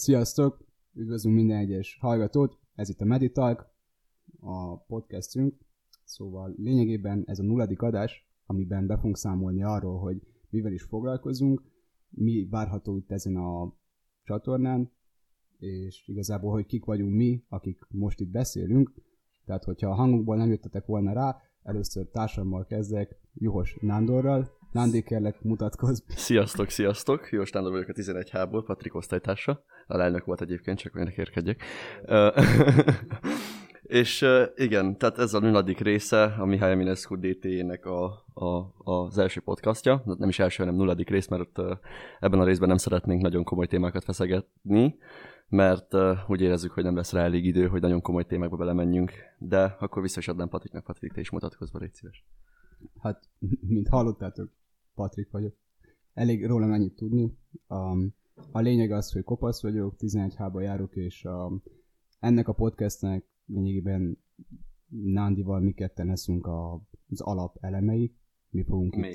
Sziasztok! Üdvözlünk minden egyes hallgatót! Ez itt a Meditalk, a podcastünk. Szóval lényegében ez a 0. adás, amiben be fogunk számolni arról, hogy mivel is foglalkozunk, mi várható itt ezen a csatornán, és igazából, hogy kik vagyunk mi, akik most itt beszélünk. Tehát, hogyha a hangunkból nem jöttetek volna rá, először társammal kezdek, Juhos Nándorral. Nándi, kérlek, mutatkozz. Sziasztok! Juhos Nándor vagyok a 11H-ból, Patrik osztálytársa. A lelnök volt egyébként, csak hogy ne kérkedjek. És igen, tehát ez a 0. része a Mihály Eminescu DT-nek az első podcastja. Nem is első, hanem 0. rész, mert ebben a részben nem szeretnénk nagyon komoly témákat feszegetni, mert úgy érezzük, hogy nem lesz rá elég idő, hogy nagyon komoly témákba belemenjünk. De akkor vissza is adnám Patriknak. Patrik, te is mutatkozz, légy szíves. Hát, mint hallottátok, Patrik vagyok. Elég rólam ennyit tudni. A lényeg az, hogy kopasz vagyok, 11H-ba járok, és ennek a podcastnek lényegében Nándival mi ketten leszünk az alap elemei. Mi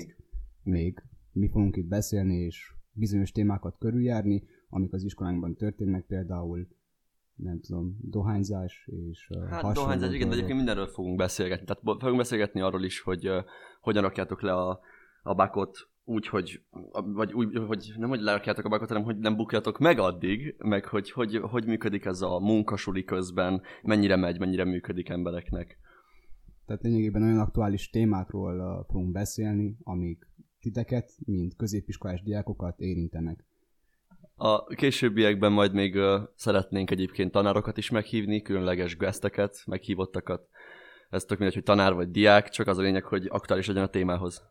fogunk itt beszélni, és bizonyos témákat körüljárni, amik az iskolánkban történnek, például nem tudom, dohányzás és dohányzás, igen, de egyébként mindenről fogunk beszélgetni. Tehát fogunk beszélgetni arról is, hogy hogyan rakjátok le a bakot úgy, hogy nem hogy lerakjátok a bakot, hanem hogy nem bukjatok meg addig, meg hogy működik ez a munkasuli közben, mennyire működik embereknek. Tehát lényegében olyan aktuális témákról fogunk beszélni, amik titeket, mint középiskolás diákokat érintenek. A későbbiekben majd még szeretnénk egyébként tanárokat is meghívni, különleges guesteket, meghívottakat. Ez tök mindegy, hogy tanár vagy diák, csak az a lényeg, hogy aktuális legyen a témához.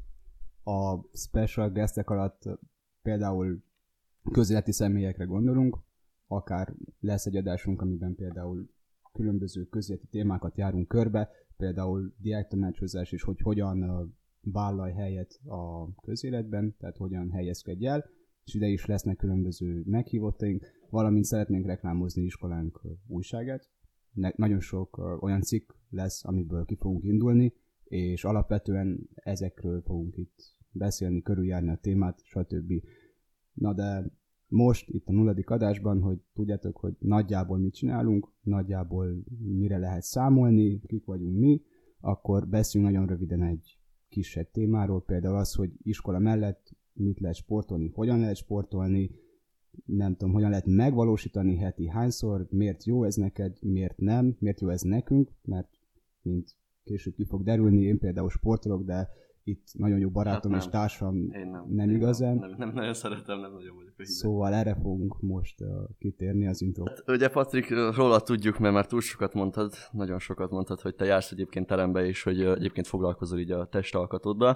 A special guestek alatt például közéleti személyekre gondolunk, akár lesz egy adásunk, amiben például különböző közéleti témákat járunk körbe, például diáktanácsozás és hogy hogyan vállalj helyet a közéletben, tehát hogyan helyezkedj el, és ide is lesznek különböző meghívottaink, valamint szeretnénk reklámozni iskolánk újságát. Nagyon sok olyan cikk lesz, amiből ki fogunk indulni, és alapvetően ezekről fogunk itt beszélni, körüljárni a témát, stb. Na de most itt a 0. adásban, hogy tudjátok, hogy nagyjából mit csinálunk, nagyjából mire lehet számolni, kik vagyunk mi, akkor beszéljünk nagyon röviden egy kisebb témáról, például az, hogy iskola mellett mit lehet sportolni, hogyan lehet sportolni, nem tudom, hogyan lehet megvalósítani heti hányszor, miért jó ez neked, miért nem, miért jó ez nekünk, mert mint később ki fog derülni, én például sportolok, de itt nagyon jó barátom és társam nem igazán. Nem nagyon szeretem, nem nagyon vagyok. Szóval erre fogunk most kitérni az intro. Hát, ugye Patrik, róla tudjuk, mert már túl sokat mondtad, nagyon sokat mondtad, hogy te jársz egyébként terembe, és hogy egyébként foglalkozol így a testalkatoddal.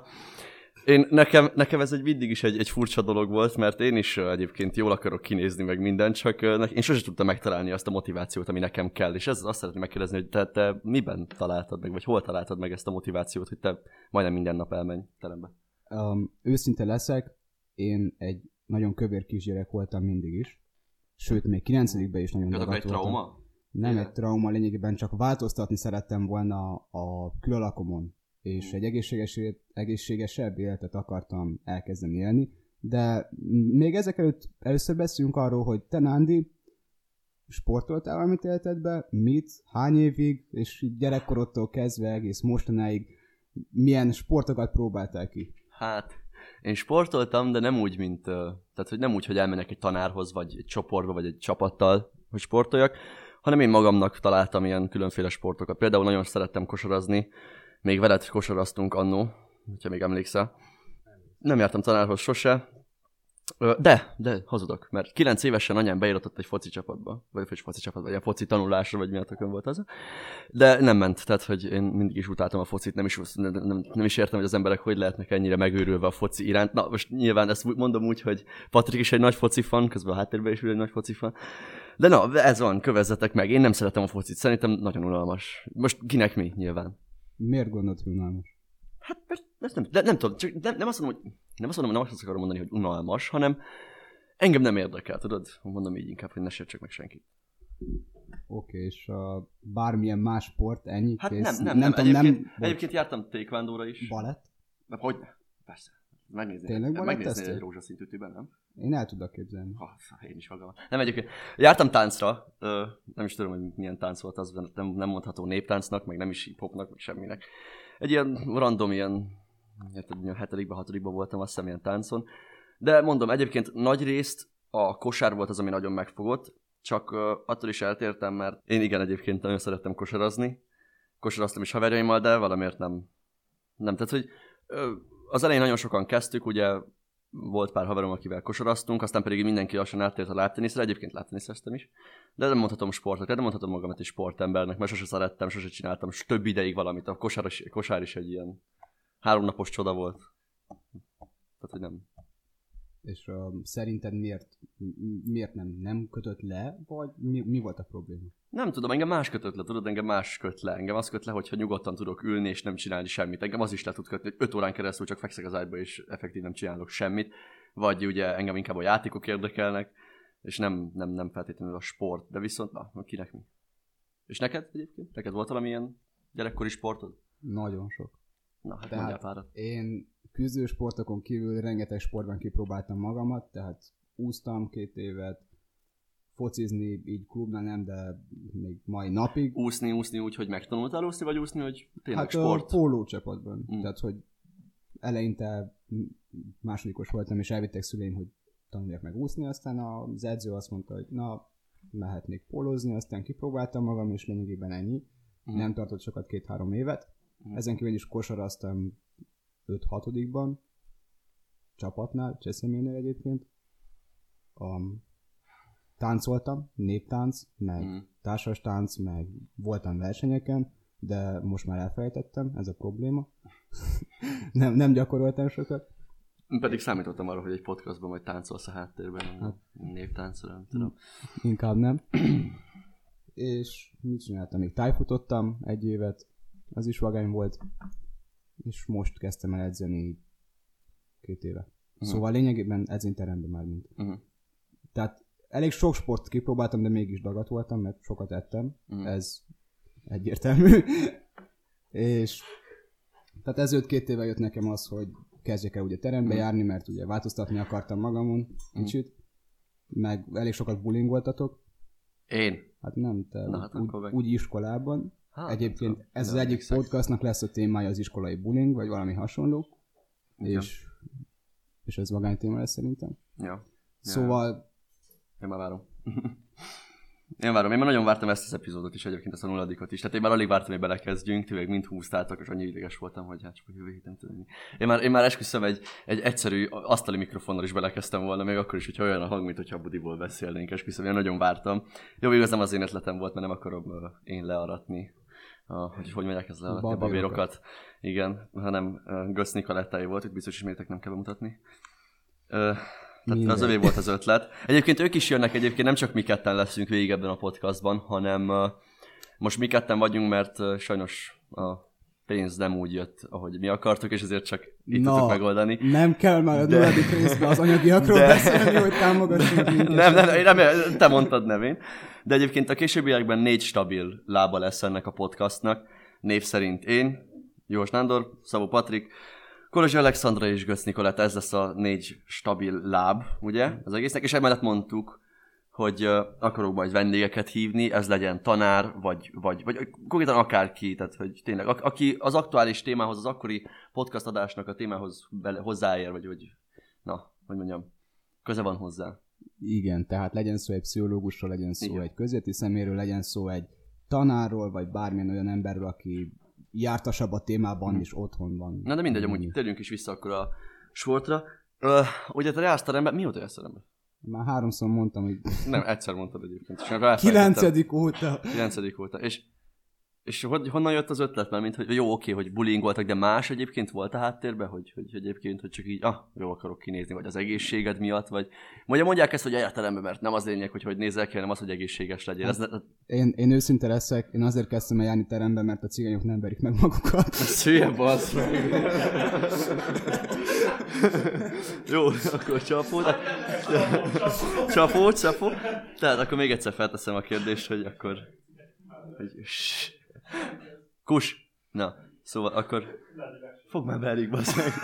Nekem ez mindig is egy furcsa dolog volt, mert én is egyébként jól akarok kinézni meg mindent, csak én sosem tudtam megtalálni azt a motivációt, ami nekem kell, és ezt azt szeretném megkérdezni, hogy te miben találtad meg, vagy hol találtad meg ezt a motivációt, hogy te majdnem minden nap elmenj terembe? Őszinte leszek, én egy nagyon kövér kisgyerek voltam mindig is, sőt, még 9-ben is nagyon dagat voltam. Egy trauma? Nem egy trauma, lényegében csak változtatni szerettem volna a külalakomon, és egy egészségesebb életet akartam elkezdeni élni, de még ezek előtt először beszéljünk arról, hogy te, Nándi, sportoltál valamit életedbe, mit, hány évig, és gyerekkorodtól kezdve egész mostanáig milyen sportokat próbáltál ki? Hát, én sportoltam, de nem úgy, tehát hogy nem úgy, hogy elmennek egy tanárhoz, vagy egy csoportba, vagy egy csapattal, hogy sportoljak, hanem én magamnak találtam ilyen különféle sportokat. Például nagyon szerettem kosarazni, még veled kosaraztunk annó, hogyha még emlékszel. Nem jártam tanárhoz sose, de hazudok, mert 9 évesen anyám beíratott egy foci csapatba, vagy ilyen foci tanulásra, vagy mi a tökön volt az. De nem ment, tehát hogy én mindig is utáltam a focit, nem is értem, hogy az emberek hogy lehetnek ennyire megőrülve a foci iránt. Na, most nyilván ezt mondom úgy, hogy Patrik is egy nagy foci fan, közben a háttérben is egy nagy foci fan. De na, ez van, kövezzetek meg, én nem szeretem a focit, szerintem nagyon unalmas. Most kinek mi, nyilván. Miért gondolod, hogy unalmas? Hát, mert nem tudom, csak nem azt mondom, nem azt akarom mondani, hogy unalmas, hanem engem nem érdekel, tudod? Mondom így inkább, hogy ne sértsek meg senkit. Oké, és bármilyen más sport, ennyi? Hát kész? nem. Egyébként jártam taekwondóra is. Balett? Hogy? Persze. Megnéznél egy rózsaszín tütőben, nem? Én el tudok képzelni. Én is magam. Nem, egyébként jártam táncra, nem is tudom, hogy milyen tánc volt az, nem mondható néptáncnak, meg nem is hip-hopnak, meg semminek. Egy ilyen random, ilyen 7-ben, 6-ban voltam, azt hiszem ilyen táncon. De mondom, egyébként nagy részt a kosár volt az, ami nagyon megfogott, csak attól is eltértem, mert én igen, egyébként nagyon szerettem kosarazni. Kosaraztam is haverjaimmal, de valamiért nem. Tehát, hogy az elején nagyon sokan kezdtük, ugye volt pár haverom, akivel kosaraztunk, aztán pedig mindenki lassan áttért a lábteniszre, egyébként lábteniszeztem is, de nem mondhatom sportot, de nem mondhatom magamat is sportembernek, mert sose szerettem, sose csináltam több ideig valamit. A kosár is egy ilyen 3 napos csoda volt. Tehát, hogy nem. És szerinted miért nem kötött le, vagy mi volt a probléma? Nem tudom, engem más kötött le, tudod, engem más köt le. Engem az köt le, hogyha nyugodtan tudok ülni és nem csinálni semmit. Engem az is le tud kötni, hogy 5 órán keresztül csak fekszek az ágyba és effektív nem csinálok semmit. Vagy ugye engem inkább a játékok érdekelnek, és nem feltétlenül a sport. De viszont, kinek mi? És neked egyébként? Neked volt valamilyen gyerekkori sportod? Nagyon sok. Na, hát mondjál párat. Én küzdősportokon kívül rengeteg sportban kipróbáltam magamat, tehát úsztam 2 évet, focizni így klubnál nem, de még mai napig. Úszni úgy, hogy megtanultál úszni, vagy úszni, hogy tényleg sport? Hát a pólócsapatban. Tehát, hogy eleinte másodikos voltam, és elvittek szüleim, hogy tanuljak meg úszni, aztán az edző azt mondta, hogy na, mehetnék pólózni, aztán kipróbáltam magam, és lényegében ennyi. Nem tartott sokat, 2-3 évet. Ezen kívül is kosaraztam 5-6-ban, csapatnál, Cseszeménynél egyébként. Táncoltam, néptánc, meg társas tánc, meg voltam versenyeken, de most már elfelejtettem, ez a probléma. nem gyakoroltam sokat. Pedig számítottam arra, hogy egy podcastban majd táncolsz a háttérben, hát, néptáncra, nem tudom. Inkább nem. És mit csináltam? Még tájfutottam 1 évet, az is vagány volt, és most kezdtem el edzeni 2 éve. Szóval lényegében edzőteremben már mind. Tehát elég sok sport kipróbáltam, de mégis dagat voltam, mert sokat ettem. Ez egyértelmű. És tehát ezelőtt 2 éve jött nekem az, hogy kezdjek el ugye terembe járni, mert ugye változtatni akartam magamon kicsit. Meg elég sokat bullyingoltatok. Én? Hát nem, te úgy iskolában. Hát, egyébként ez az egyik podcastnak lesz a témája az iskolai bullying, vagy valami hasonló. És ez vagány téma lesz szerintem. Ja. Szóval... Én már várom. Én már nagyon vártam ezt az epizódot is, egyébként ezt a 0. is. Tehát én már alig vártam, hogy belekezdjünk, tényleg mind húztáltak, és annyi ideges voltam, hogy hát csak a jövő héten tudom. Én már esküszöm egy egyszerű asztali mikrofonnal is belekezdtem volna, még akkor is, hogyha olyan a hang, mint hogyha a budiból beszélnénk, esküszöm, én nagyon vártam. Jó, igazán az én ötletem volt, mert nem akarom én learatni. Hogy mondják ezt learatni? A babérokat. Igen, hanem Gösz Nikolettáé volt, itt biztos isméritek, nem kell bemutatni. Tehát az övé volt az ötlet. Egyébként ők is jönnek, egyébként nem csak mi ketten leszünk végig ebben a podcastban, hanem most mi ketten vagyunk, mert sajnos a pénz nem úgy jött, ahogy mi akartuk, és ezért csak így tudtuk megoldani. Nem kell már a 0. részben az anyagiakról beszélni, hogy támogassunk minket. Nem, te mondtad, nem én. De egyébként a későbbiekben 4 stabil lába lesz ennek a podcastnak. Név szerint én, Jós Nándor, Szabó Patrik, Kolozsi Alexandra és Gösz Nikolett, ez lesz a 4 stabil láb, ugye, az egésznek, és emellett mondtuk, hogy akarok majd vendégeket hívni, ez legyen tanár, vagy konkrétan akárki, tehát hogy tényleg, aki az aktuális témához, az akkori podcast adásnak a témához hozzáér, vagy hogy mondjam, köze van hozzá. Igen, tehát legyen szó egy pszichológusról, legyen szó egy közéleti szeméről, legyen szó egy tanárról, vagy bármilyen olyan emberről, aki jártasabb a témában, és otthon van. Na de mindegy, amúgy térjünk is vissza akkor a sportra. Ugye te jársz terembe, mióta jársz terembe? Már 3-szor mondtam, hogy... Nem, egyszer mondtad egyébként. 9. óta. 9. óta. És honnan jött az ötlet? Mert mint, hogy jó, oké, hogy bullyingoltak, de más egyébként volt a háttérben, hogy egyébként, hogy csak így, jó akarok kinézni, vagy az egészséged miatt, vagy... Mondják ezt, hogy járj terembe, mert nem az lényeg, hogy nézel ki, hanem az, hogy egészséges legyél. Hát, én őszinte leszek, én azért kezdtem el járni terembe, mert a cigányok nem verik meg magukat. Ez hülye, bassz meg. Jó, akkor csapó. Tehát akkor még egyszer felteszem a kérdést, hogy akkor... Kus! Na, Szóval akkor... Fogd már be elég, bassz meg.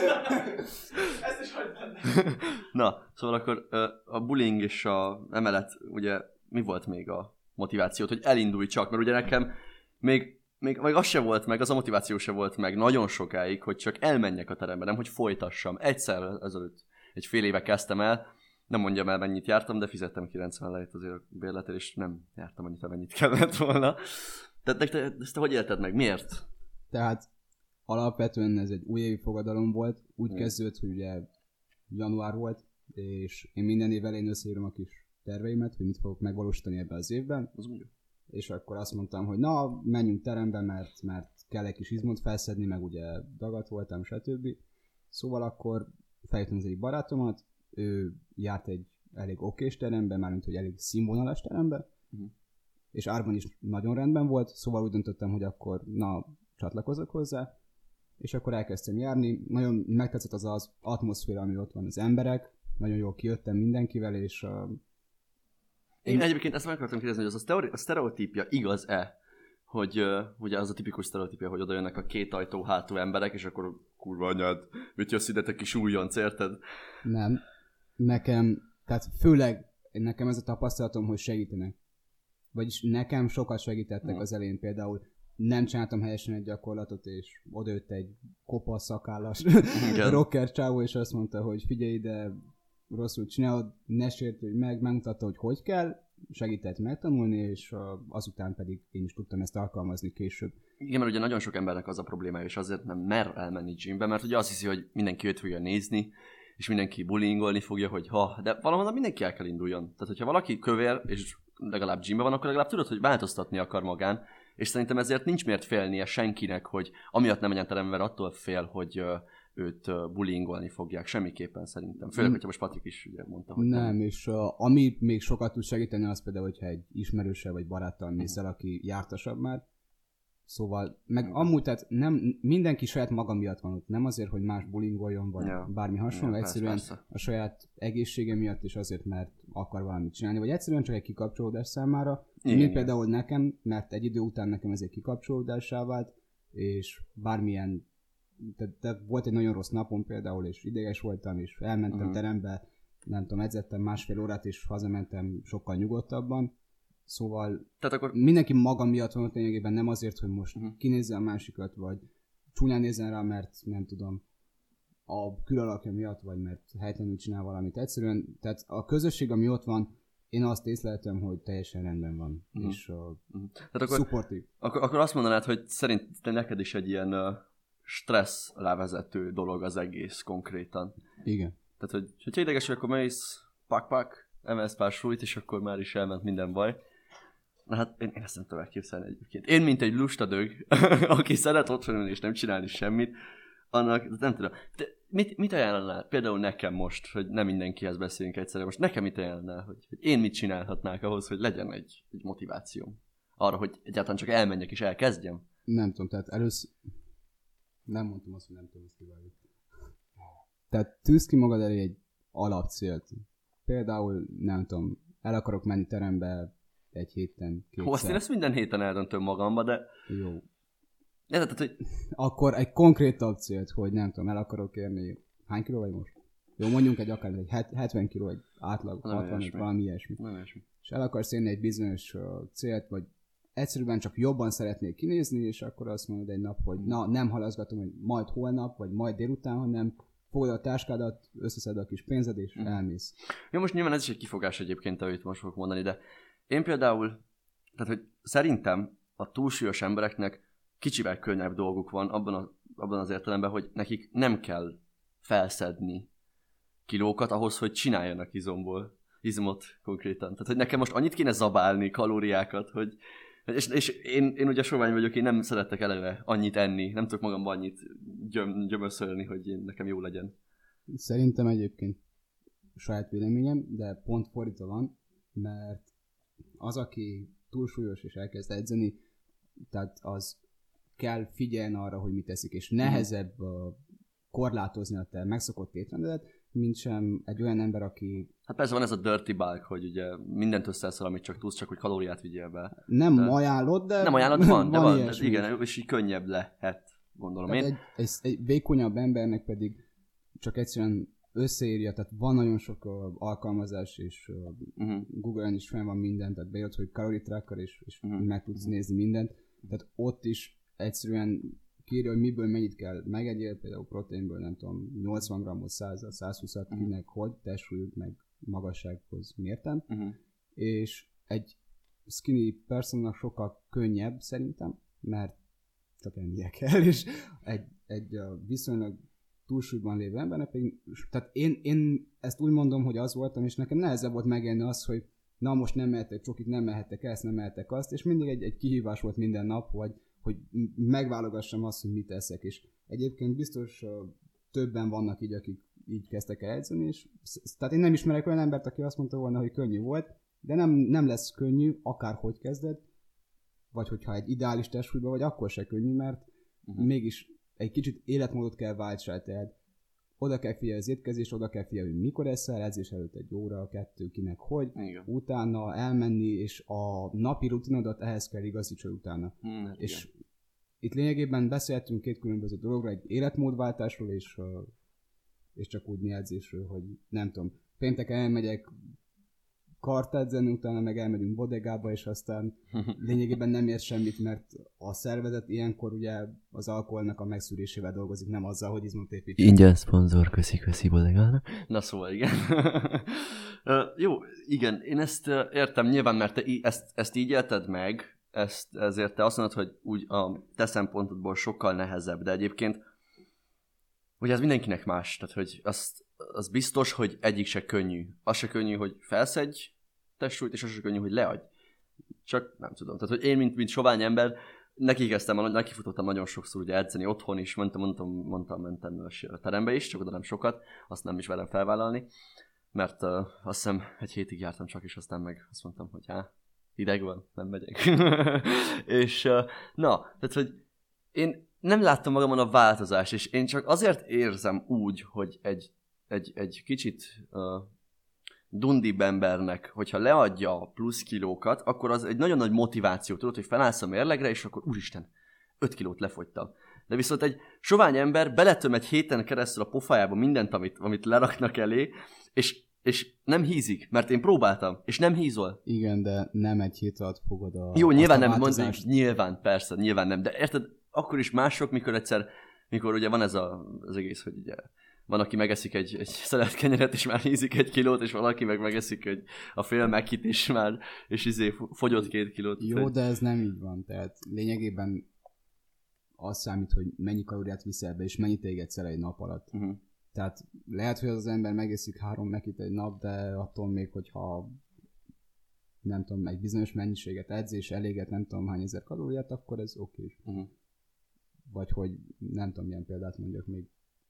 Ezt is hagyd benne. Na, szóval akkor a bullying és emellett ugye mi volt még a motivációt, hogy elindulj csak, mert ugye nekem még az se volt meg, az a motiváció se volt meg nagyon sokáig, hogy csak elmenjek a terembe, nem hogy folytassam. Egyszer ezelőtt egy fél éve kezdtem el, nem mondjam el mennyit jártam, de fizettem 90 lejt azért a bérletért, és nem jártam annyit, amennyit kellett volna. Tehát ezt te hogy élted meg? Miért? Tehát alapvetően ez egy újévi fogadalom volt, úgy kezdődött, hogy ugye január volt, és én minden év elején összeírom a kis terveimet, hogy mit fogok megvalósítani ebben az évben. Az mondjuk. És akkor azt mondtam, hogy na, menjünk terembe, mert kell egy kis izmot felszedni, meg ugye dagat voltam, stb. Szóval akkor feljöttem az egyik barátomat, ő járt egy elég okés terembe, mármint hogy elég színvonalas terembe, és árban is nagyon rendben volt, szóval úgy döntöttem, hogy akkor na, csatlakozok hozzá, és akkor elkezdtem járni. Nagyon megtetszett az atmoszféra, ami ott van, az emberek, nagyon jól kijöttem mindenkivel, és Én egyébként ezt meg akartam kérdezni, hogy az a sztereotípia igaz-e? Hogy ugye az a tipikus sztereotípia, hogy oda jönnek a két ajtó hátú emberek, és akkor kurva anyád, mit jössz ide, te kis újonc, érted? Nem. Tehát főleg nekem ez a tapasztalatom, hogy segítenek. Vagyis nekem sokat segítettek az elején, például nem csináltam helyesen egy gyakorlatot, és odajött egy kopasz szakállas rocker csávó, és azt mondta, hogy figyelj ide, rosszul csinálod, ne sértődj meg, megmutatta, hogy kell, segített megtanulni, és azután pedig én is tudtam ezt alkalmazni később. Igen, mert ugye nagyon sok embernek az a problémája, és azért nem mer elmenni gymbe, mert ugye azt hiszi, hogy mindenki őt fogja nézni, és mindenki bullyingolni fogja, hogy de valahonnan mindenki el kell induljon. Tehát, hogyha valaki kövér, és legalább gymbe van, akkor legalább tudod, hogy változtatni akar magán, és szerintem ezért nincs miért félnie senkinek, hogy amiatt nem menjen terembe, mert attól fél, hogy őt bullyingolni fogják. Semmiképpen szerintem. Főleg, hogyha most Patrik is ugye mondta, hogy nem. És ami még sokat tud segíteni, az például, hogyha egy ismerőssel vagy baráttal mész el, aki jártasabb már. Szóval, meg amúgy, tehát nem, mindenki saját maga miatt van ott. Nem azért, hogy más bullyingoljon, vagy bármi hasonló, egyszerűen persze. A saját egészsége miatt, és azért, mert akar valamit csinálni, vagy egyszerűen csak egy kikapcsolódás számára. Mint például nekem, mert egy idő után nekem ez egy kikapcsolódássá vált, és bármilyen, tehát volt egy nagyon rossz napom például, és ideges voltam, és elmentem terembe, nem tudom, edzettem másfél órát, és hazamentem sokkal nyugodtabban. Szóval tehát akkor mindenki maga miatt van ott lényegében, nem azért, hogy most kinézze a másikat, vagy csúnyán nézzen rá, mert nem tudom, a külalakja miatt, vagy mert helytelenül csinál valamit. Egyszerűen, tehát a közösség, ami ott van, én azt észleltem, hogy teljesen rendben van, és szupportív. Akkor azt mondanád, hogy szerintem neked is egy ilyen stressz rávezető dolog az egész konkrétan. Igen. Tehát, hogyha ideges vagy, akkor mész, pak, emelsz pár súlyt, és akkor már is elment minden baj. Na hát én ezt nem tudom elképzelni egyébként. Én, mint egy lustadög, aki szeret otthon ülni és nem csinálni semmit, annak nem tudom. Te mit ajánlanál? Például nekem most, hogy nem mindenkihez beszélünk egyszerre, most nekem mit ajánlanál, hogy én mit csinálhatnák ahhoz, hogy legyen egy motivációm? Arra, hogy egyáltalán csak elmenjek és elkezdjem? Nem tudom, tehát először... Nem mondtam azt, hogy nem tudom, ezt kivágni. Tehát tűz ki magad elé egy alapcélt. Például, nem tudom, el akarok menni terembe egy héten, kétszer. Azt én ezt minden héten eldöntöm magamba, de... Jó. Tehát, hogy... Akkor egy konkrétabb célt, hogy nem tudom, el akarok érni. Hány kiló vagy most? Jó, mondjunk egy akár egy 70 kiló, egy átlag, 65, valami ilyesmi. És el akarsz érni egy bizonyos célt, vagy egyszerűen csak jobban szeretnék kinézni, és akkor azt mondod egy nap, hogy na, nem halaszgatom, hogy majd holnap, vagy majd délután, hanem fogod a táskádat, összeszed a kis pénzed, és elmész. Jó, most nyilván ez is egy kifogás egyébként, amit most fogok mondani, de én például, tehát hogy szerintem a túlsúlyos embereknek kicsivel könnyebb dolguk van abban az értelemben, hogy nekik nem kell felszedni kilókat ahhoz, hogy csináljanak izmot konkrétan. Tehát, hogy nekem most annyit kéne zabálni kalóriákat, hogy és én ugye sovány vagyok, én nem szeretek eleve annyit enni, nem tudok magamban annyit gyömöszölni, hogy nekem jó legyen. Szerintem egyébként saját véleményem, de pont fordítva van, mert az, aki túlsúlyos és elkezd edzeni, tehát az kell figyelni arra, hogy mit teszik, és nehezebb korlátozni a te megszokott étrendedet, mint sem egy olyan ember, aki Hát persze van ez a dirty bulk, hogy ugye mindent összeszal, amit csak tudsz, csak hogy kalóriát vigyél be. nem ajánlott, de Nem ajánlott, van, de van, ilyesmi. igen, és így könnyebb lehet, gondolom Tehát én. egy vékonyabb embernek pedig csak egyszerűen összeírja, tehát van nagyon sok alkalmazás, és Google-en is fenn van minden, tehát beírod, hogy calorie tracker, és meg tudsz nézni mindent. Tehát ott is egyszerűen kiírja, hogy miből mennyit kell megegyél, például proteinből, nem tudom, 80 g-ot, 100-at, 120-at, kinek hogy, testsúlyuk, meg magassághoz mérten. És egy skinny personnak sokkal könnyebb szerintem, mert csak ennie kell, és egy viszonylag túlsúlyban lévő embernek pedig, tehát én ezt úgy mondom, hogy az voltam, és nekem nehezebb volt megélni azt, hogy na most nem mehetek csokit, nem mehetek ezt, nem mehetek azt, és mindig egy kihívás volt minden nap, hogy megválogassam azt, hogy mit eszek, és egyébként biztos többen vannak így, akik így kezdtek el edzeni, és tehát én nem ismerek olyan embert, aki azt mondta volna, hogy könnyű volt, de nem lesz könnyű, akárhogy kezded, vagy hogyha egy ideális testsúlyban vagy, akkor se könnyű, mert mégis egy kicsit életmódot kell váltsál, tehát oda kell figyelni az étkezés, oda kell figyelni, hogy mikor eszel, edzés előtt 1 óra, 2, kinek hogy, igen. Utána elmenni, és a napi rutinodat ehhez kell igazítsad utána. És igen. Itt lényegében beszéltünk 2 különböző dologra, egy életmódváltásról, és csak úgy mi edzésről, hogy nem tudom, pénteken elmegyek kart edzeni, utána meg elmegyünk bodegába, és aztán lényegében nem ér semmit, mert a szervezet ilyenkor ugye az alkoholnak a megszűrésével dolgozik, nem azzal, hogy izmot épít. Ingyen szponzor, köszi bodegának. Na szóval igen. Jó, igen, én ezt értem nyilván, mert te ezt így élted meg, ezért te azt mondod, hogy úgy a te szempontodból sokkal nehezebb, de egyébként ugye ez mindenkinek más, tehát hogy az biztos, hogy egyik se könnyű. Az se könnyű, hogy felszedj testsúlyt, és az se könnyű, hogy leadj. Csak nem tudom. Tehát, hogy én, mint sovány ember, nekifutottam nagyon sokszor ugye edzeni otthon is, mentem a terembe is, csak oda nem sokat, azt nem is velem felvállalni, mert azt hiszem 1 hétig jártam csak, és aztán meg azt mondtam, hogy hideg van, nem megyek. És tehát, hogy én nem láttam magamon a változást, és én csak azért érzem úgy, hogy egy kicsit dundibb embernek, hogyha leadja a plusz kilókat, akkor az egy nagyon nagy motiváció, tudod, hogy felállsz a mérlegre, és akkor úristen, 5 kilót lefogytam. De viszont egy sovány ember beletöm egy héten keresztül a pofájába mindent, amit leraknak elé, és nem hízik, mert én próbáltam, és nem hízol. Igen, de nem egy hét alatt fogod Jó, nyilván nem, nyilván, persze, nyilván nem, de érted, akkor is mások, mikor ugye van ez az egész, hogy ugye van, aki megeszik egy szeletkenyeret, és már hízik 1 kilót, és valaki meg megeszik a fél Mackit, és fogyott 2 kilót. Jó, de ez nem így van, tehát lényegében az számít, hogy mennyi kalóriát viszel be, és mennyit égetsz el egy nap alatt. Tehát lehet, hogy az ember megeszik 3 Mackit egy nap, de attól még, hogyha nem tudom, egy bizonyos mennyiséget edz, és eléget nem tudom hány ezer kalóriát, akkor ez oké. Vagy hogy nem tudom, milyen példát mondjak még.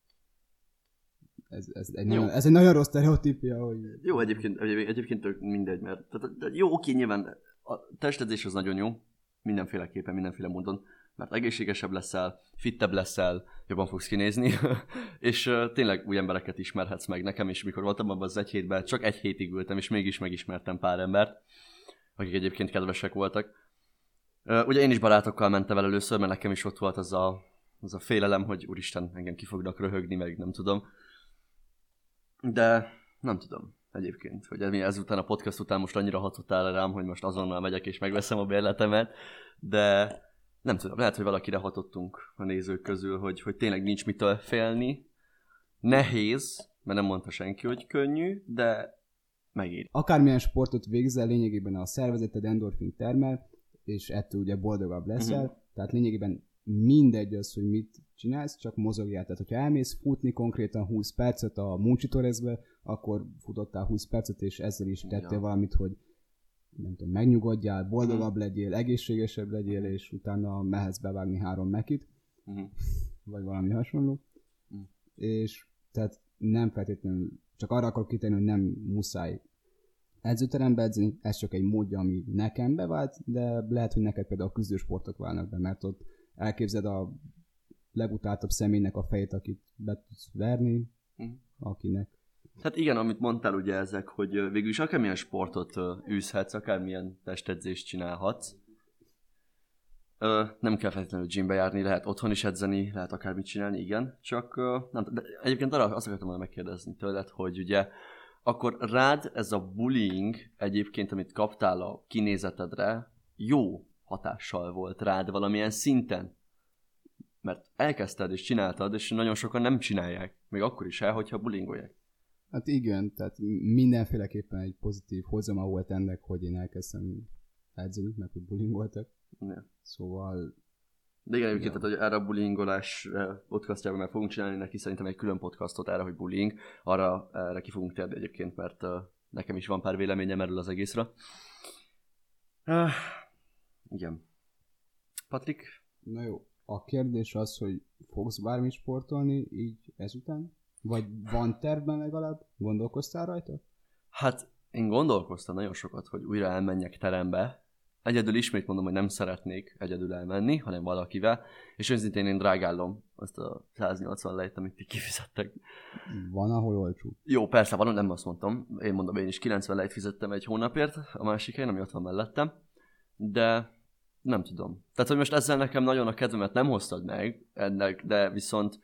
Ez egy nagyon rossz sztereotípia, hogy... Jó, egyébként tök mindegy, mert jó, oké, nyilván a testedzés az nagyon jó, mindenféleképpen, mindenféle módon, mert egészségesebb leszel, fittebb leszel, jobban fogsz kinézni, és tényleg új embereket ismerhetsz meg. Nekem is, mikor voltam abban az 1 hétben, csak 1 hétig ültem, és mégis megismertem pár embert, akik egyébként kedvesek voltak. Ugye én is barátokkal mentem el először, mert nekem is ott volt az a félelem, hogy úristen, engem ki fognak röhögni, meg nem tudom. De nem tudom egyébként, hogy ezután a podcast után most annyira hatottál rám, hogy most azonnal megyek és megveszem a bérletemet, de nem tudom, lehet, hogy valakire hatottunk a nézők közül, hogy tényleg nincs mitől félni. Nehéz, mert nem mondta senki, hogy könnyű, de megéri. Akármilyen sportot végzel, lényegében a szervezeted endorfin termel, és ettől ugye boldogabb leszel, tehát lényegében mindegy az, hogy mit csinálsz, csak mozogjál. Tehát, hogyha elmész futni konkrétan 20 percet a Munchitorresbe, akkor futottál 20 percet, és ezzel is tettél valamit, hogy nem tudom, megnyugodjál, boldogabb legyél, egészségesebb legyél, és utána mehetsz bevágni 3 Mackit, vagy valami hasonló. És tehát nem feltétlenül, csak arra akarok kitenni, hogy nem muszáj edzőterembe edzeni, ez csak egy módja, ami nekem bevált, de lehet, hogy neked például a küzdősportok válnak be, mert ott elképzeld a legutáltabb személynek a fejét, akit be tudsz verni, akinek Hát igen, amit mondtál ugye ezek, hogy végül is akármilyen sportot űzhetsz, akármilyen testedzést csinálhatsz. Nem kell feltétlenül gymbe járni, lehet otthon is edzeni, lehet akármit csinálni, igen. Csak nem, de egyébként arra azt akartam volna megkérdezni tőled, hogy ugye akkor rád ez a bullying egyébként, amit kaptál a kinézetedre, jó hatással volt rád valamilyen szinten? Mert elkezdted és csináltad, és nagyon sokan nem csinálják. Még akkor is hogyha bullyingolják. Hát igen, tehát mindenféleképpen egy pozitív hozama volt ennek, hogy én elkezdtem edzeni, mert hogy bullyingoltak. Ja. Szóval... De igen, egyébként, tehát, hogy erre a bullyingolás podcastjában meg fogunk csinálni neki szerintem egy külön podcastot erre, hogy bullying. Erre ki fogunk térni egyébként, mert nekem is van pár véleményem erről az egészre. Igen. Patrik? Na jó, a kérdés az, hogy fogsz bármi sportolni így ezután? Vagy van tervben legalább? Gondolkoztál rajta? Hát én gondolkoztam nagyon sokat, hogy újra elmenjek terembe. Egyedül ismét mondom, hogy nem szeretnék egyedül elmenni, hanem valakivel, és őszintén én drágálom azt a 180 lejt, amit ti kifizettek. Van, ahol olcsó. Jó, persze, van, nem azt mondtam. Én mondom, én is 90 lejt fizettem egy hónapért a másik helyen, ami ott van mellettem. De nem tudom. Tehát, hogy most ezzel nekem nagyon a kedvemet nem hoztad meg ennek, de viszont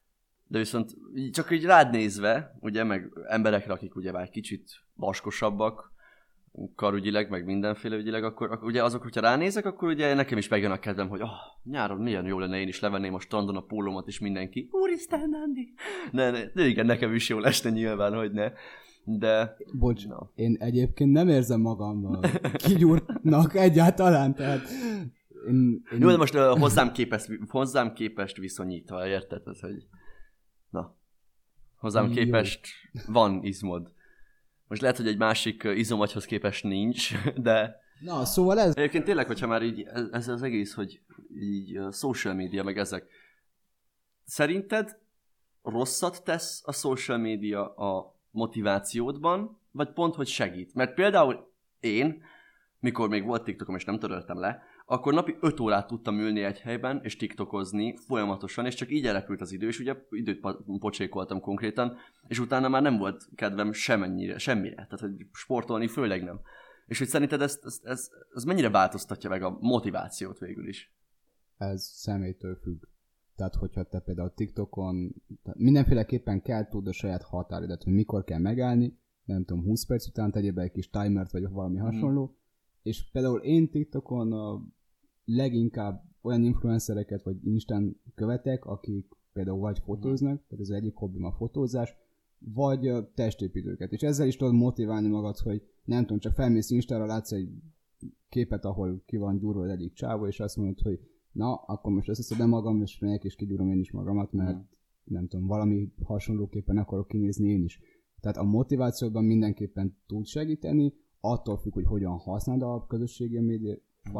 csak így rád nézve, ugye, meg emberekre, akik ugye már kicsit vaskosabbak, karügyileg, meg mindenféle ügyileg, akkor ugye azok, hogyha ránézek, akkor ugye nekem is megjön a kedvem, hogy nyáron milyen jó lenne, én is levenném a strandon a pólómat, és mindenki, úristen, Andi! De igen, nekem is jól esne nyilván, hogy ne. De... Bocs, én egyébként nem érzem magam kigyúrtnak egyáltalán, tehát... Jó, de most hozzám képest viszonyítva, érted? Ez, hogy... Na, hozzám képest van izmod. Most lehet, hogy egy másik izomagyhoz képest nincs, de... Na, szóval ez... Egyébként tényleg, hogyha már így ez az egész, hogy így social media, meg ezek. Szerinted rosszat tesz a social media a motivációdban, vagy pont, hogy segít? Mert például én, mikor még volt TikTokom és nem töröltem le, akkor napi 5 órát tudtam ülni egy helyben, és tiktokozni folyamatosan, és csak így elrepült az idő, és ugye időt pocsékoltam konkrétan, és utána már nem volt kedvem semmire. Tehát, hogy sportolni főleg nem. És hogy szerinted ez mennyire változtatja meg a motivációt végül is? Ez személytől függ. Tehát, hogyha te például TikTokon, mindenféleképpen kell tudni a saját határidat, hogy mikor kell megállni, nem tudom, 20 perc után tegyél be egy kis timert, vagy valami hasonló, és például én TikTokon leginkább olyan influencereket vagy Instán követek, akik például vagy fotóznak, tehát ez az egyik hobbim a fotózás, vagy testépítőket. És ezzel is tudod motiválni magad, hogy nem tudom, csak felmész Instára, látsz egy képet, ahol ki van gyúrva az egyik csávó, és azt mondod, hogy na, akkor most összeszedem magam, és megyek, és kigyúrom én is magamat, mert nem tudom, valami hasonlóképpen akarok kinézni én is. Tehát a motivációban mindenképpen tud segíteni, attól függ, hogy hogyan használod a közösségi média...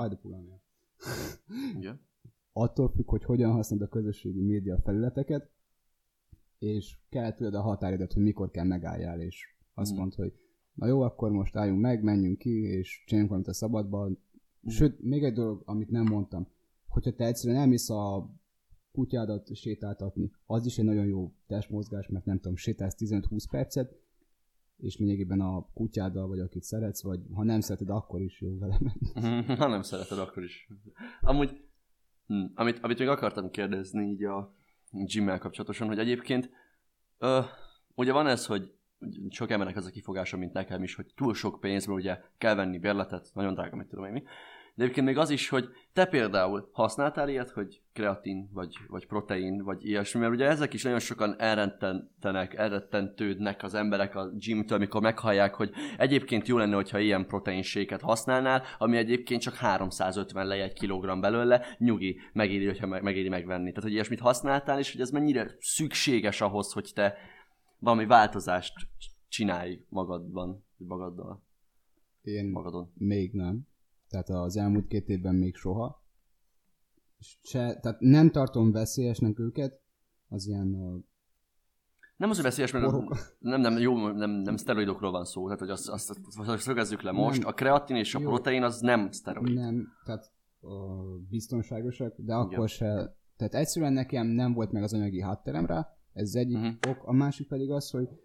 Attól függ, hogy hogyan használod a közösségi média felületeket, és kell tudod a határidat, hogy mikor kell megálljál, és azt mondd, hogy na jó, akkor most álljunk meg, menjünk ki, és csináljunk valamit a szabadban. Sőt, még egy dolog, amit nem mondtam, hogyha te egyszerűen elmész a kutyádat sétáltatni, az is egy nagyon jó testmozgás, mert nem tudom, sétálsz 15-20 percet, és lényegében a kutyáddal, vagy akit szeretsz, vagy ha nem szereted, akkor is jó vele menni. Ha nem szereted, akkor is. Amúgy, amit még akartam kérdezni így a gymmel kapcsolatosan, hogy egyébként ugye van ez, hogy sok embernek ez a kifogása, mint nekem is, hogy túl sok pénzből ugye kell venni bérletet, nagyon drága, mit tudom én mi. De egyébként még az is, hogy te például használtál ilyet, hogy kreatin, vagy protein, vagy ilyesmi, mert ugye ezek is nagyon sokan elrettentődnek az emberek a gymtől, amikor meghallják, hogy egyébként jó lenne, hogyha ilyen proteinséket használnál, ami egyébként csak 350 lej egy kilogramm belőle, nyugi, megéri, hogyha megéri megvenni. Tehát, hogy ilyesmit használtál, és hogy ez mennyire szükséges ahhoz, hogy te valami változást csinálj magaddal. Magadon. Még nem. Tehát az elmúlt 2 évben még soha. Tehát nem tartom veszélyesnek őket, az ilyen... Nem az, hogy veszélyes, mert nem szteroidokról van szó, tehát hogy azt szögezzük le most. Nem. A kreatin és a protein az nem szteroid. Nem, tehát biztonságosak, de akkor se... Tehát egyszerűen nekem nem volt meg az anyagi hátterem rá, ez egyik ok, a másik pedig az, hogy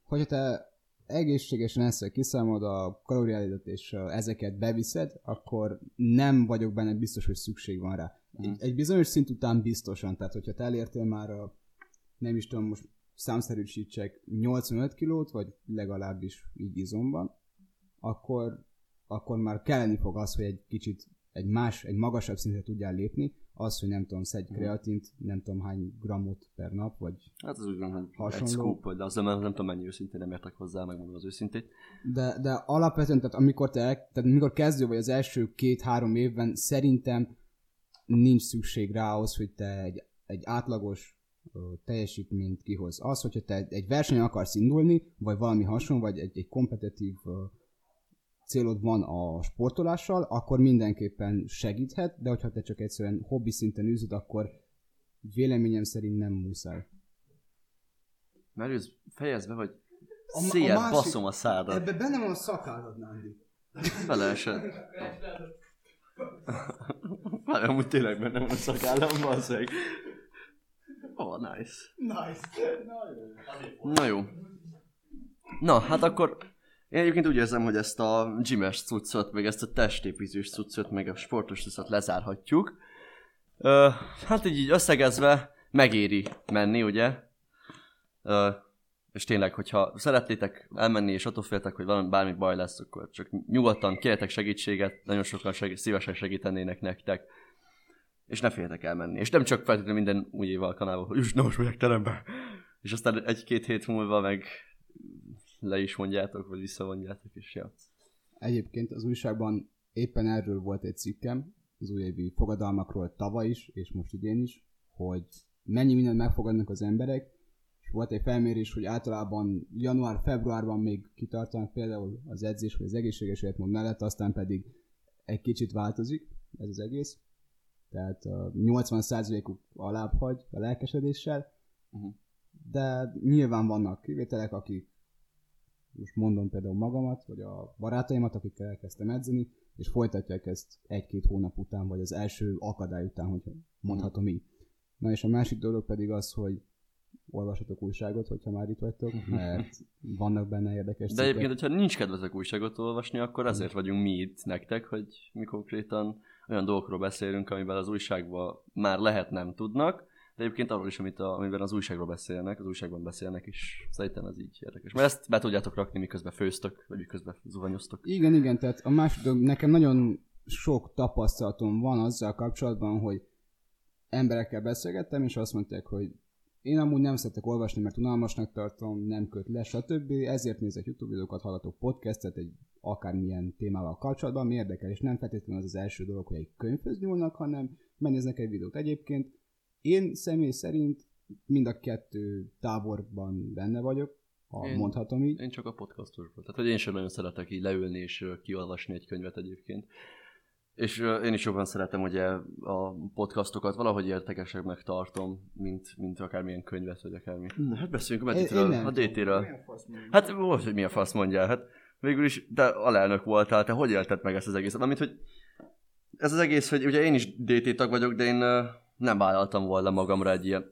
hogyha te egészségesen eszel, kiszámolod a kalóriáidat és ezeket beviszed, akkor nem vagyok benne biztos, hogy szükség van rá. Egy bizonyos szint után biztosan, tehát hogyha te elértél már nem is tudom, most számszerűsítsek 85 kilót, vagy legalábbis így izomban, akkor már kelleni fog az, hogy egy kicsit egy magasabb szintre tudjál lépni, az, hogy nem tudom, szedj kreatint, nem tudom hány grammot per nap, vagy hát az úgy van, hogy hasonló. egy scoop, de azzal nem tudom mennyi őszintén, nem értek hozzá, megmondom az őszintét. De alapvetően, tehát amikor kezdő vagy az első 2-3 évben, szerintem nincs szükség rá ahhoz, hogy te egy átlagos teljesítményt kihoz. Az, hogyha te egy versenyen akarsz indulni, vagy valami hasonló, vagy egy kompetitív célod van a sportolással, akkor mindenképpen segíthet, de hogyha te csak egyszerűen hobbi szinten űzöd, akkor véleményem szerint nem muszáj. Merőz, fejezd be, vagy széjjel baszom a szádat. Ebben benne van a szakállad, Nándi. Beleesett. Már amúgy tényleg benne van a szakállam, valószínűleg. Oh, nice. Na jó. Na, hát akkor én egyébként úgy érzem, hogy ezt a gymes cuccot, meg ezt a testépítős cuccot, meg a sportos cuccot lezárhatjuk. Hát így összegezve megéri menni, ugye? És tényleg, hogyha szeretnétek elmenni, és attól féltek, hogy bármi baj lesz, akkor csak nyugodtan kérjetek segítséget, nagyon sokan szívesen segítenének nektek. És ne féljetek elmenni. És nem csak feltétlenül minden új év alkalmával, hogy nem most megyek terembe. És aztán 1-2 hét múlva meg le is mondjátok, vagy visszavonjátok, és ja. Egyébként az újságban éppen erről volt egy cikkem, az újévi fogadalmakról tavaly is, és most idén is, hogy mennyi mindent megfogadnak az emberek, és volt egy felmérés, hogy általában január-februárban még kitartanak például az edzés, vagy az egészséges életmód mellett, aztán pedig egy kicsit változik ez az egész. Tehát 80%-uk alább hagy a lelkesedéssel, de nyilván vannak kivételek, akik, most mondom például magamat, vagy a barátaimat, akikkel elkezdtem edzeni, és folytatják ezt 1-2 hónap után, vagy az első akadály után, hogy mondhatom így. Na és a másik dolog pedig az, hogy olvassatok újságot, hogyha már itt vagytok, mert vannak benne érdekes cikkek. De egyébként, hogyha nincs kedvetek újságot olvasni, akkor azért vagyunk mi itt nektek, hogy mi konkrétan olyan dolgokról beszélünk, amiben az újságban már lehet nem tudnak, de egyébként arról is, amiben az újságban beszélnek, és szerintem ez így érdekes. Mert ezt be tudjátok rakni, miközben főztök, vagy miközben zuhanyoztok. Igen, tehát a másik dolog, nekem nagyon sok tapasztalatom van azzal kapcsolatban, hogy emberekkel beszélgettem, és azt mondták, hogy én amúgy nem szeretek olvasni, mert unalmasnak tartom, nem köt le, stb. Ezért nézek YouTube videókat, hallgatok podcastet egy akármilyen témával kapcsolatban, ami érdekel, és nem feltétlenül az első dolog, hogy egy könyvhöz nyúlnak, hanem megnéznek egy videót. Egyébként én személy szerint mind a kettő táborban benne vagyok, mondhatom így. Én csak a podcastosból. Tehát, hogy én sem nagyon szeretek így leülni és kiolvasni egy könyvet egyébként. És én is jobban szeretem ugye a podcastokat, valahogy értekesebbnek tartom, mint akármilyen könyvet, vagy akármi. Hát beszéljünk a Meditről, a DT-ről. Hát most, hogy mi a fasz mondjál, hát végül is, de alelnök voltál, te hogy élted meg ezt az egészet? Amint, hogy ez az egész, hogy ugye én is DT tag vagyok, de én nem vállaltam volna magamra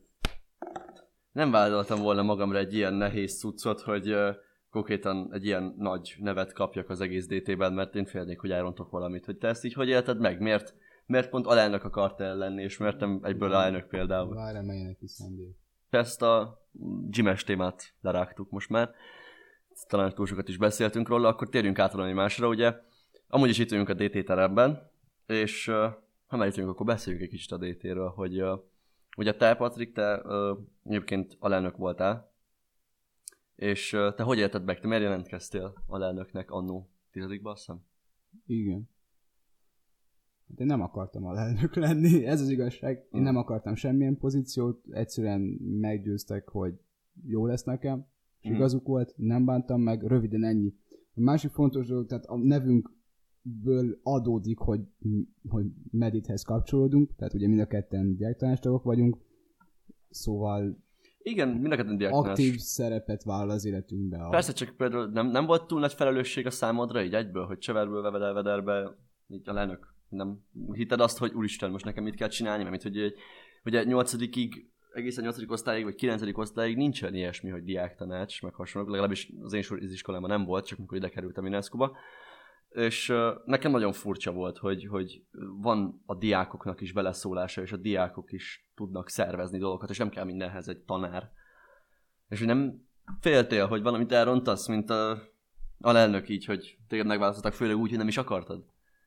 egy ilyen nehéz cuccot, hogy konkrétan egy ilyen nagy nevet kapjak az egész DT-ben, mert én félnék, hogy elrontok valamit. Hogy te ezt így hogy élted meg? Miért pont alelnök akartál lenni, és miért nem egyből alelnök például? Várj, menjenek is Szendé. Ezt a gymes témát lerágtuk most már. Talán túl sokat is beszéltünk róla, akkor térjünk át valami másra, ugye. Amúgy is itt vagyunk a DT teremben, és ha már itt vagyunk, akkor beszéljünk egy kicsit a DT-ről, hogy ugye te, Patrik, te egyébként alelnök voltál, és te hogy élted meg? Te miért jelentkeztél alelnöknek annó 10-ben, azt hiszem? Igen. De nem akartam alelnök lenni, ez az igazság. Én nem akartam semmilyen pozíciót, egyszerűen meggyőztek, hogy jó lesz nekem, és igazuk volt, nem bántam meg, röviden ennyi. A másik fontos dolog, tehát a nevünkből adódik, hogy Medithez kapcsolódunk, tehát ugye mind a ketten gyerektanástagok vagyunk, szóval igen, mind a ketten diáktanás. Aktív szerepet vállal az életünkbe. Persze, csak például nem volt túl nagy felelősség a számodra így egyből, hogy Cseverből Vevederbe, így alelnök. Nem hitted azt, hogy úristen, most nekem mit kell csinálni, mert hogy ugye 8-ig egészen 8. osztályig, vagy 9. osztályig nincsen ilyesmi, hogy diáktanács, meg hasonlók, legalábbis az én iskolában nem volt, csak amikor ide kerültem UNESCO-ba. És nekem nagyon furcsa volt, hogy van a diákoknak is beleszólása, és a diákok is tudnak szervezni dolgokat, és nem kell mindenhez egy tanár. És hogy nem féltél, hogy valamit elrontasz, mint a alelnök így, hogy téged megválasztottak, főleg úgy, hogy nem is akartad?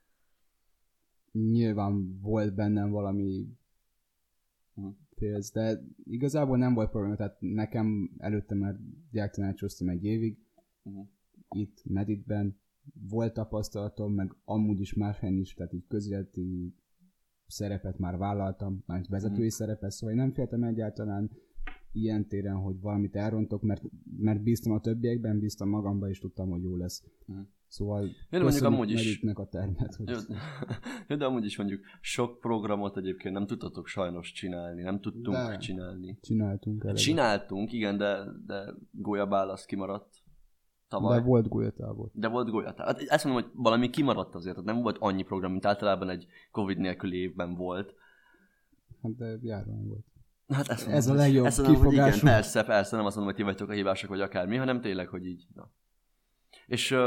Nyilván volt bennem valami félsz, de igazából nem volt probléma, tehát nekem előtte már diáktanácsoztam egy évig, itt Meditben volt tapasztalatom, meg amúgy is más helyen is, tehát így közéleti szerepet már vállaltam, már vezetői szerepet, szóval én nem féltem egyáltalán ilyen téren, hogy valamit elrontok, mert bíztam a többiekben, bíztam magamban, és tudtam, hogy jó lesz. Szóval köszönjük Meditnek a termet. Hogy... de amúgy is mondjuk sok programot egyébként nem tudtatok sajnos csinálni, nem tudtunk csinálni. Csináltunk, igen, de gólyabál az kimaradt tavaly. De volt gólyatábor. Hát ezt mondom, hogy valami kimaradt azért, tehát nem volt annyi program, mint általában egy Covid nélküli évben volt. Hát de járvány volt. Hát ez a legjobb kifogás. Igen, persze, nem azt mondom, hogy ti vagytok a hibások, vagy akármi, hanem tényleg, hogy így. Na. És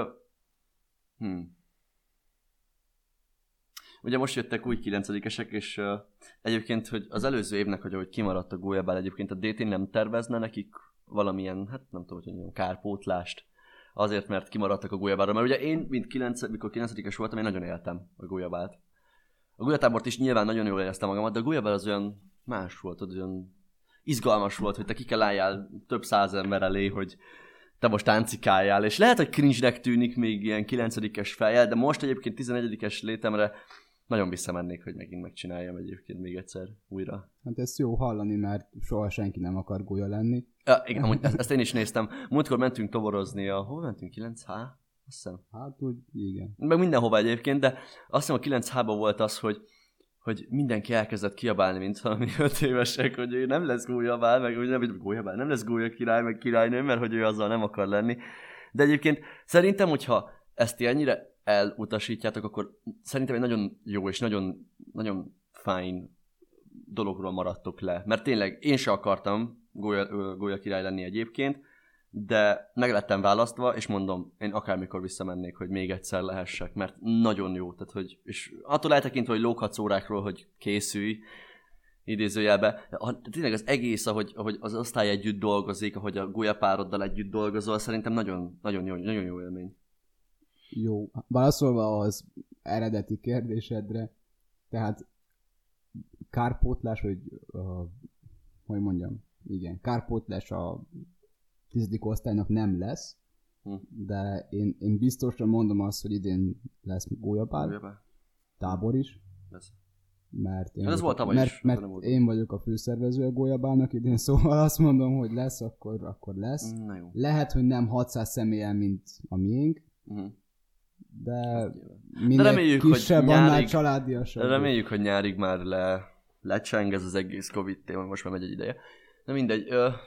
ugye most jöttek új 9-esek, és egyébként, hogy az előző évnek, hogy ahogy kimaradt a gólyabál, egyébként a DT nem tervezne nekik valamilyen, hát nem tudom, hogy mondjam, kárpótlást, azért, mert kimaradtak a gólyabálra. Mert ugye én, mikor 9-es voltam, én nagyon éltem a gólyabált. A gólyatábort is nyilván nagyon jól éreztem magamat, de a gólyabál az olyan más volt, olyan izgalmas volt, hogy te ki kell álljál több száz ember elé, hogy te most táncikáljál, és lehet, hogy cringe-nek tűnik még ilyen 9-es fejjel, de most egyébként 11-es létemre nagyon visszamennék, hogy megint megcsináljam egyébként még egyszer újra. Hát ezt jó hallani, mert soha senki nem akar gólya lenni. Ja, igen, amúgy ezt én is néztem. Múltkor mentünk toborozni hol mentünk? 9H? Azt hiszem. Hát úgy, igen. Meg mindenhova egyébként, de azt hiszem a 9H-ban volt az, hogy mindenki elkezdett kiabálni, mint valami 5 évesek, hogy ő nem lesz gólyabál, meg úgy nem lesz gólya király, meg királynő, mert hogy ő azzal nem akar lenni. De egyébként szerintem, hogyha ezt ti ennyire elutasítjátok, akkor szerintem egy nagyon jó és nagyon, nagyon fine dologról maradtok le. Mert tényleg én se akartam gólya király lenni egyébként, de meg lettem választva, és mondom, én akármikor visszamennék, hogy még egyszer lehessek, mert nagyon jó. Tehát, hogy, és attól eltekintve, hogy lóghatsz órákról, hogy készülj, idézőjelbe, tényleg az egész, ahogy az osztály együtt dolgozik, ahogy a gólyapároddal együtt dolgozol, szerintem nagyon, nagyon jó élmény. Jó. Válaszolva az eredeti kérdésedre, tehát kárpótlás, hogy hogy mondjam, igen, kárpótlás a 10. osztálynak nem lesz, de én biztosan mondom azt, hogy idén lesz gólyabál, tábor is, lesz. Mert én vagyok a főszervező a gólyabálnak idén, szóval azt mondom, hogy lesz, akkor lesz. Lehet, hogy nem 600 személyen, mint a miénk, de minél kisebb, annál családiasabb. Reméljük, hogy nyárig már lecseng ez az egész Covid téma, most már megy egy ideje. De mindegy.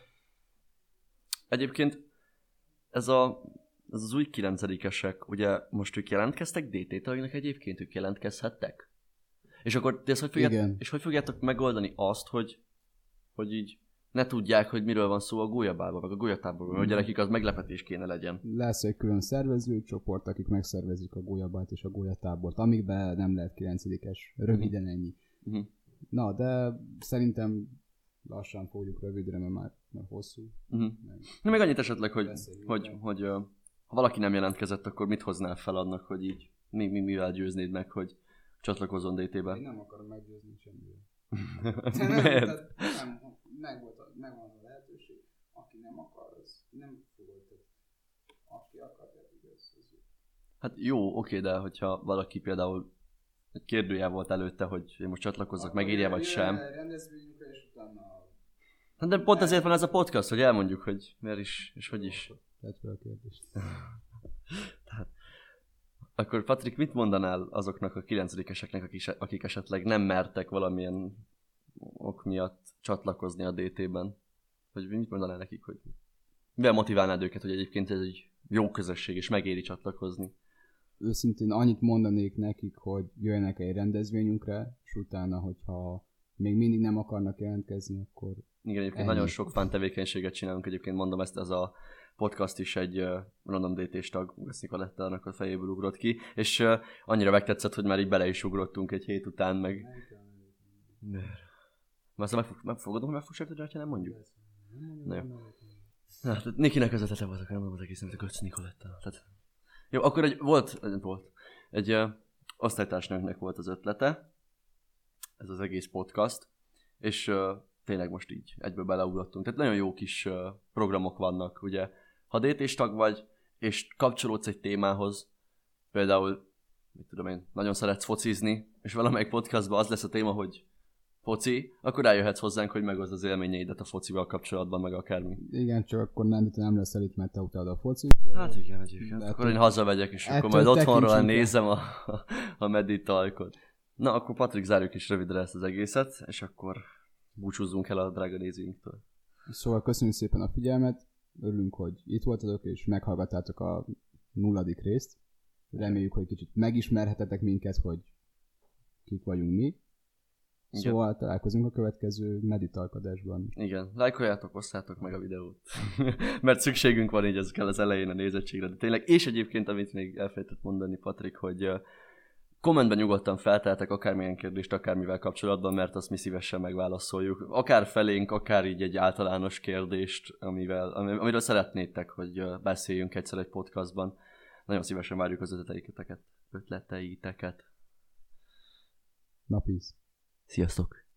Egyébként ez az új 9-esek, ugye most ők jelentkeztek DT tagnak egyébként, ők jelentkezhettek? És akkor ti hogy fogjátok megoldani azt, hogy így ne tudják, hogy miről van szó a gólyabálban, meg a gólyatáborban, hogy nekik az meglepetés kéne legyen. Lesz egy külön szervezőcsoport, akik megszervezik a gólyabált és a gólyatábort, amikben nem lehet 9-es, röviden ennyi. Na, de szerintem lassan fogjuk rövidre, mert már hosszú. Még annyit esetleg, hogy ha valaki nem jelentkezett, akkor mit hoznál fel annak, hogy így mivel győznéd meg, hogy csatlakozzon DT-be? Én nem akarom meggyőzni semmivel. Miért? Megvan a lehetőség. Aki nem akar, az nem fogadja. Aki akar, az jó. Hát jó, oké, de hogyha valaki például egy kérdőjel volt előtte, hogy én most csatlakozzak, megírja vagy sem. Rendezvényünkre és utána... De pont ezért van ez a podcast, hogy elmondjuk, hogy miért is, és hogy is. Tedd fel a kérdést. Tehát, akkor Patrik, mit mondanál azoknak a 9-eseknek, akik esetleg nem mertek valamilyen ok miatt csatlakozni a DT-ben? Hogy mit mondanál nekik, hogy mivel motiválnád őket, hogy egyébként ez egy jó közösség, és megéri csatlakozni? Őszintén annyit mondanék nekik, hogy jöjjenek egy rendezvényünkre, és utána, hogyha még mindig nem akarnak jelentkezni, akkor Igen, egyébként nagyon sok fán tevékenységet csinálunk, egyébként mondom ezt, ez a podcast is egy Random DT-s tag, ezt Nikolettának a fejéből ugrott ki, és annyira megtetszett, hogy már így bele is ugrottunk egy hét után, meg... Aztán megfogadom, hogy meg fog sértődni, ha nem mondjuk? Na jó. Na, tehát Nikinek az ötlete volt, akkor nem mondom az egészen, mint a Götz Nikoletta. Tehát... Jó, akkor egy osztálytársnőnknek volt az ötlete, ez az egész podcast, és tényleg most így egyből beleugrottunk. Tehát nagyon jó kis programok vannak, ugye. Ha DT-s tag vagy, és kapcsolódsz egy témához, például, mit tudom én, nagyon szeretsz focizni, és valamelyik podcastban az lesz a téma, hogy foci, akkor eljöhetsz hozzánk, hogy megoszd az élményeidet a focival kapcsolatban, meg akármi. Igen, csak akkor nem lesz elit, mert te utálod a focit. Hát igen, egyébként. Akkor én hazamegyek, és akkor majd otthonról nézem a meditalkot. Na, akkor Patrik, zárjuk is rövidre ezt az egészet, és akkor búcsúzzunk el a drága nézőinktől. Szóval köszönjük szépen a figyelmet, örülünk, hogy itt voltatok, és meghallgattátok a 0. részt. Reméljük, hogy kicsit megismerhetetek minket, hogy kik vagyunk mi. Szóval találkozunk a következő meditalkadásban. Igen, lájkoljátok, osszátok meg a videót. Mert szükségünk van így ezekkel az elején a nézettségre. De tényleg, és egyébként, amit még elfelejtett mondani Patrik, hogy kommentben nyugodtan felteltek akármilyen kérdést, akármivel kapcsolatban, mert azt mi szívesen megválaszoljuk. Akár felénk, akár így egy általános kérdést, amiről szeretnétek, hogy beszéljünk egyszer egy podcastban. Nagyon szívesen várjuk az ötleteiteket. Na, peace. Sziasztok!